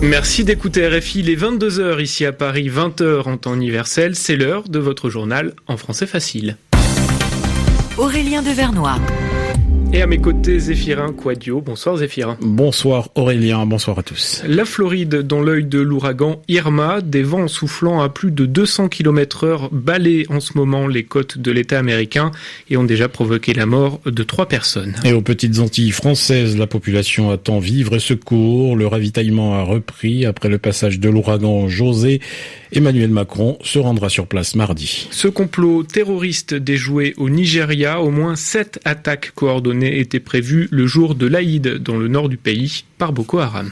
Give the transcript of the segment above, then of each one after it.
Merci d'écouter RFI, il est 22h ici à Paris, 20h en temps universel. C'est l'heure de votre journal en français facile. Aurélien Devernois. Et à mes côtés, Zéphirin Quadio. Bonsoir Zéphirin. Bonsoir Aurélien, bonsoir à tous. La Floride, dans l'œil de l'ouragan Irma, des vents soufflant à plus de 200 km/h balayent en ce moment les côtes de l'État américain et ont déjà provoqué la mort de 3 personnes. Et aux petites Antilles françaises, la population attend vivres et secours. Le ravitaillement a repris après le passage de l'ouragan José. Emmanuel Macron se rendra sur place mardi. Ce complot terroriste déjoué au Nigeria, au moins 7 attaques coordonnées étaient prévues le jour de l'Aïd dans le nord du pays par Boko Haram.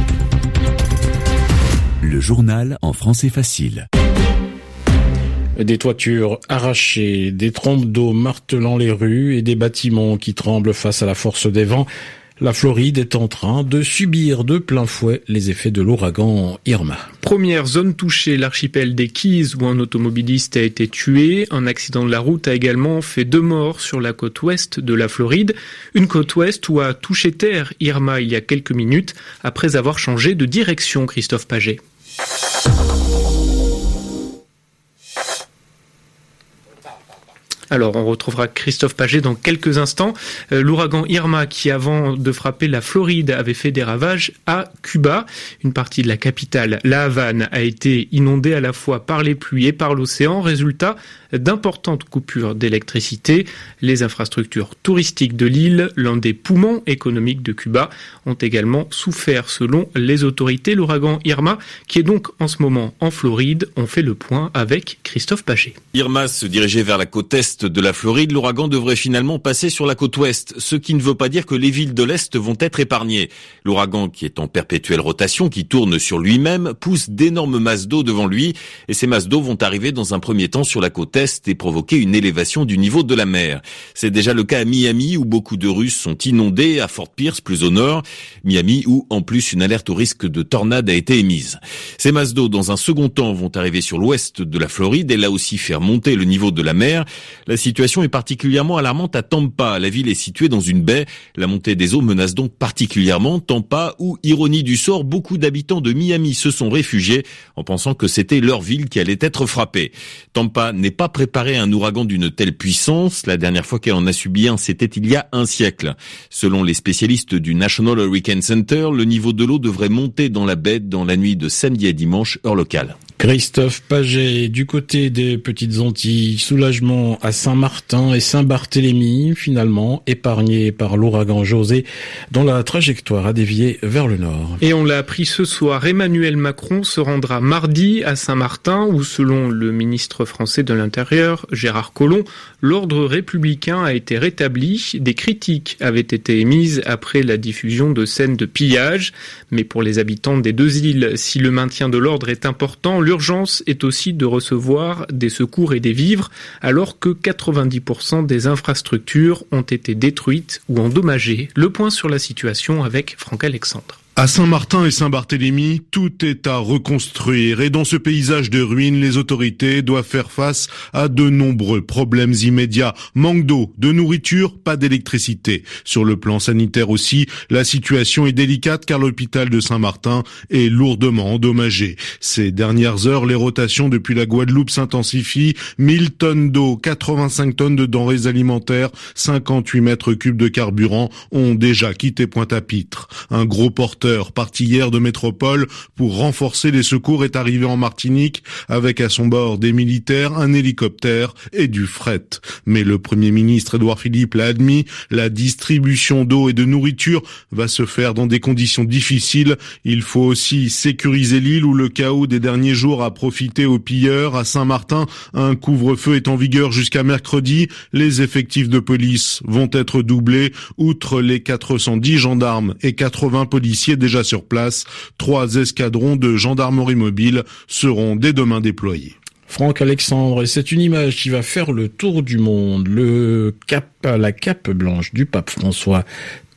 Le journal en français facile. Des toitures arrachées, des trompes d'eau martelant les rues et des bâtiments qui tremblent face à la force des vents. La Floride est en train de subir de plein fouet les effets de l'ouragan Irma. Première zone touchée, l'archipel des Keys où un automobiliste a été tué. Un accident de la route a également fait 2 morts sur la côte ouest de la Floride. Une côte ouest où a touché terre Irma il y a quelques minutes après avoir changé de direction, Christophe Paget. Alors, on retrouvera Christophe Paget dans quelques instants. L'ouragan Irma, qui avant de frapper la Floride, avait fait des ravages à Cuba. Une partie de la capitale, La Havane, a été inondée à la fois par les pluies et par l'océan. Résultat d'importantes coupures d'électricité. Les infrastructures touristiques de l'île, l'un des poumons économiques de Cuba, ont également souffert selon les autorités. L'ouragan Irma, qui est donc en ce moment en Floride, on fait le point avec Christophe Paget. Irma se dirigeait vers la côte est de la Floride. L'ouragan devrait finalement passer sur la côte ouest, ce qui ne veut pas dire que les villes de l'est vont être épargnées. L'ouragan, qui est en perpétuelle rotation, qui tourne sur lui-même, pousse d'énormes masses d'eau devant lui, et ces masses d'eau vont arriver dans un premier temps sur la côte est et provoquer une élévation du niveau de la mer. C'est déjà le cas à Miami, où beaucoup de rues sont inondées, à Fort Pierce, plus au nord. Miami, où en plus une alerte au risque de tornade a été émise. Ces masses d'eau, dans un second temps, vont arriver sur l'ouest de la Floride et là aussi faire monter le niveau de la mer. La situation est particulièrement alarmante à Tampa. La ville est située dans une baie. La montée des eaux menace donc particulièrement Tampa, où, ironie du sort, beaucoup d'habitants de Miami se sont réfugiés en pensant que c'était leur ville qui allait être frappée. Tampa n'est pas préparée à un ouragan d'une telle puissance. La dernière fois qu'elle en a subi un, c'était il y a un siècle. Selon les spécialistes du National Hurricane Center, le niveau de l'eau devrait monter dans la baie dans la nuit de samedi à dimanche, heure locale. Christophe Paget, du côté des petites Antilles, soulagement à Saint-Martin et Saint-Barthélemy, finalement épargnés par l'ouragan José, dont la trajectoire a dévié vers le nord. Et on l'a appris ce soir, Emmanuel Macron se rendra mardi à Saint-Martin, où selon le ministre français de l'Intérieur, Gérard Collomb, l'ordre républicain a été rétabli. Des critiques avaient été émises après la diffusion de scènes de pillage. Mais pour les habitants des 2 îles, si le maintien de l'ordre est important, l'urgence est aussi de recevoir des secours et des vivres, alors que 90% des infrastructures ont été détruites ou endommagées. Le point sur la situation avec Franck Alexandre. À Saint-Martin et Saint-Barthélemy, tout est à reconstruire et dans ce paysage de ruines, les autorités doivent faire face à de nombreux problèmes immédiats. Manque d'eau, de nourriture, pas d'électricité. Sur le plan sanitaire aussi, la situation est délicate car l'hôpital de Saint-Martin est lourdement endommagé. Ces dernières heures, les rotations depuis la Guadeloupe s'intensifient. 1000 tonnes d'eau, 85 tonnes de denrées alimentaires, 58 mètres cubes de carburant ont déjà quitté Pointe-à-Pitre. Un gros porteur parti hier de métropole pour renforcer les secours est arrivé en Martinique avec à son bord des militaires, un hélicoptère et du fret. Mais le Premier ministre Édouard Philippe l'a admis, la distribution d'eau et de nourriture va se faire dans des conditions difficiles. Il faut aussi sécuriser l'île où le chaos des derniers jours a profité aux pilleurs. À Saint-Martin, un couvre-feu est en vigueur jusqu'à mercredi. Les effectifs de police vont être doublés. Outre les 410 gendarmes et 80 policiers déjà sur place, 3 escadrons de gendarmerie mobile seront dès demain déployés. Franck Alexandre, et c'est une image qui va faire le tour du monde. La cape blanche du pape François,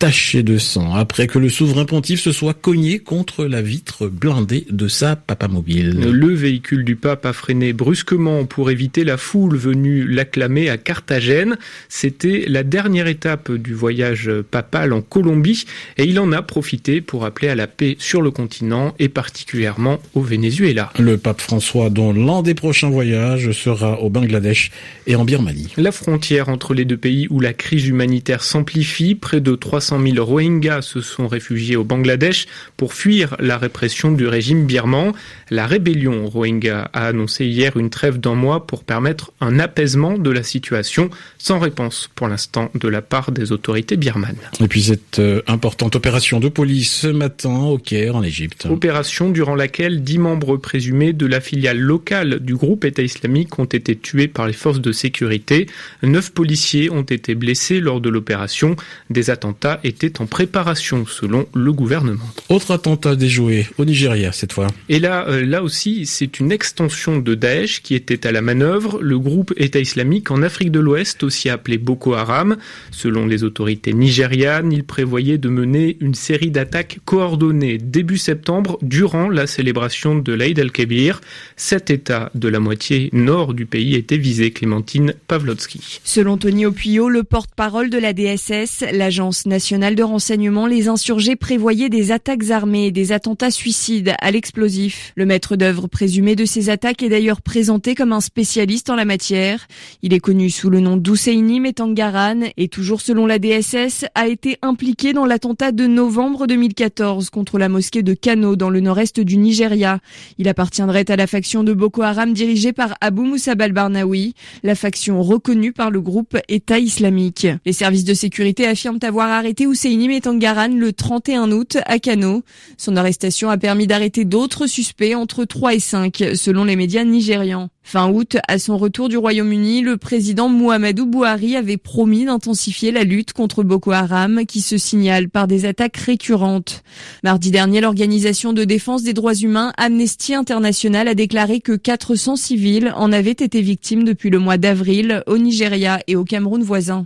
taché de sang après que le souverain pontife se soit cogné contre la vitre blindée de sa papamobile. Le véhicule du pape a freiné brusquement pour éviter la foule venue l'acclamer à Carthagène. C'était la dernière étape du voyage papal en Colombie et il en a profité pour appeler à la paix sur le continent et particulièrement au Venezuela. Le pape François, dont l'un des prochains voyages sera au Bangladesh et en Birmanie. La frontière entre les deux pays où la crise humanitaire s'amplifie, près de 300 000 Rohingyas se sont réfugiés au Bangladesh pour fuir la répression du régime birman. La rébellion Rohingya a annoncé hier une trêve d'1 mois pour permettre un apaisement de la situation, sans réponse pour l'instant de la part des autorités birmanes. Et puis cette importante opération de police ce matin au Caire en Égypte. Opération durant laquelle 10 membres présumés de la filiale locale du groupe État islamique ont été tués par les forces de sécurité. 9 policiers ont été blessés lors de l'opération. Des attentats étaient en préparation selon le gouvernement. Autre attentat déjoué au Nigeria cette fois. Et là aussi, c'est une extension de Daesh qui était à la manœuvre. Le groupe État islamique en Afrique de l'Ouest, aussi appelé Boko Haram. Selon les autorités nigérianes, il prévoyait de mener une série d'attaques coordonnées début septembre durant la célébration de l'Aïd el-Kébir. 7 États de la moitié nord du pays étaient visés. Clémentine Pavlotsky. Selon Tony Opuyot, le porte-parole de la DSS, l'Agence nationale de renseignement, les insurgés prévoyaient des attaques armées et des attentats suicides à l'explosif. Le maître d'œuvre présumé de ces attaques est d'ailleurs présenté comme un spécialiste en la matière. Il est connu sous le nom d'Husseini Metangaran et toujours selon la DSS, a été impliqué dans l'attentat de novembre 2014 contre la mosquée de Kano dans le nord-est du Nigeria. Il appartiendrait à la faction de Boko Haram dirigée par Abu Musab al-Barnawi, la faction reconnue par le groupe État islamique. Les services de sécurité affirment avoir arrêté Husseini Metangaran le 31 août à Kano. Son arrestation a permis d'arrêter d'autres suspects entre 3 et 5 selon les médias nigérians. Fin août, à son retour du Royaume-Uni, le président Muhammadu Buhari avait promis d'intensifier la lutte contre Boko Haram qui se signale par des attaques récurrentes. Mardi dernier, l'organisation de défense des droits humains Amnesty International a déclaré que 400 civils en avaient été victimes depuis le mois d'avril au Nigeria et au Cameroun voisin.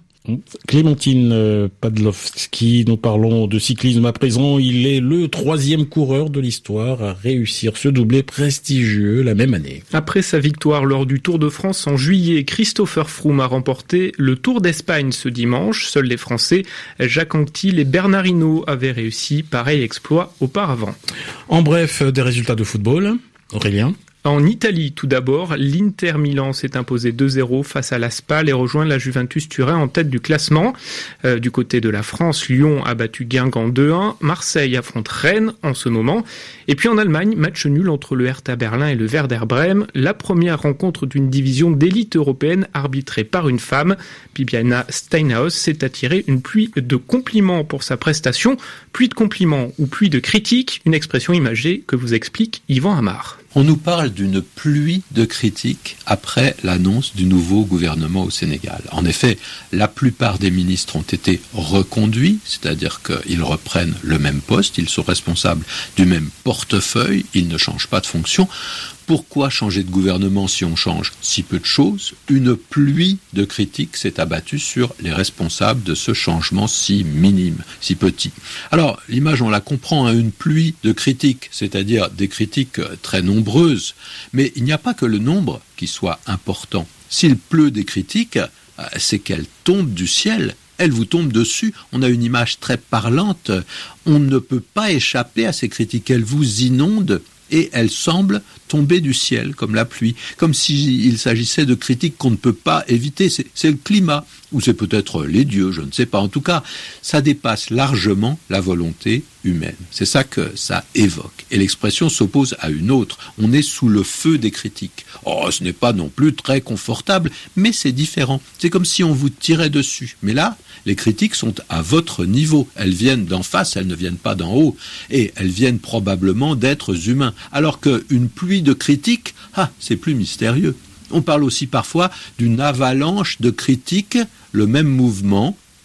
Clémentine Pavlovski, nous parlons de cyclisme à présent. Il est le 3e coureur de l'histoire à réussir ce doublé prestigieux la même année. Après sa victoire lors du Tour de France en juillet, Christopher Froome a remporté le Tour d'Espagne ce dimanche. Seuls les Français Jacques Anquetil et Bernard Hinault avaient réussi pareil exploit auparavant. En bref, des résultats de football. Aurélien? En Italie, tout d'abord, l'Inter Milan s'est imposé 2-0 face à la Spal et rejoint la Juventus Turin en tête du classement. Du côté de la France, Lyon a battu Guingamp 2-1. Marseille affronte Rennes en ce moment. Et puis en Allemagne, match nul entre le Hertha Berlin et le Werder Brême. La première rencontre d'une division d'élite européenne arbitrée par une femme. Bibiana Steinhaus s'est attirée une pluie de compliments pour sa prestation. Pluie de compliments ou pluie de critiques, une expression imagée que vous explique Yvan Amar. On nous parle d'une pluie de critiques après l'annonce du nouveau gouvernement au Sénégal. En effet, la plupart des ministres ont été reconduits, c'est-à-dire qu'ils reprennent le même poste, ils sont responsables du même portefeuille, ils ne changent pas de fonction. Pourquoi changer de gouvernement si on change si peu de choses ? Une pluie de critiques s'est abattue sur les responsables de ce changement si minime, si petit. Alors, l'image, on la comprend, une pluie de critiques, c'est-à-dire des critiques très nombreuses, mais il n'y a pas que le nombre qui soit important. S'il pleut des critiques, c'est qu'elles tombent du ciel. Elle vous tombe dessus, on a une image très parlante, on ne peut pas échapper à ces critiques, elles vous inondent et elles semblent tomber du ciel comme la pluie, comme s'il s'agissait de critiques qu'on ne peut pas éviter. C'est le climat, ou c'est peut-être les dieux, je ne sais pas. En tout cas, ça dépasse largement la volonté humaine. C'est ça que ça évoque. Et l'expression s'oppose à une autre. On est sous le feu des critiques. Oh, ce n'est pas non plus très confortable, mais c'est différent. C'est comme si on vous tirait dessus. Mais là, les critiques sont à votre niveau. Elles viennent d'en face, elles ne viennent pas d'en haut. Et elles viennent probablement d'êtres humains. Alors qu'une pluie de critiques, c'est plus mystérieux. On parle aussi parfois d'une avalanche de critiques, le même mouvement,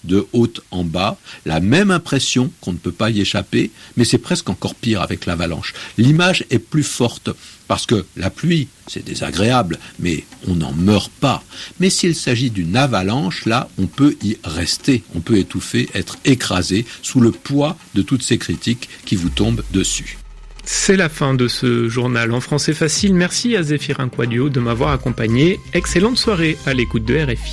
de haut en bas, la même impression qu'on ne peut pas y échapper, mais c'est presque encore pire avec l'avalanche. L'image est plus forte, parce que la pluie, c'est désagréable, mais on n'en meurt pas. Mais s'il s'agit d'une avalanche, là, on peut y rester, on peut étouffer, être écrasé sous le poids de toutes ces critiques qui vous tombent dessus. C'est la fin de ce journal en français facile. Merci à Zéphirin Quadio de m'avoir accompagné. Excellente soirée à l'écoute de RFI.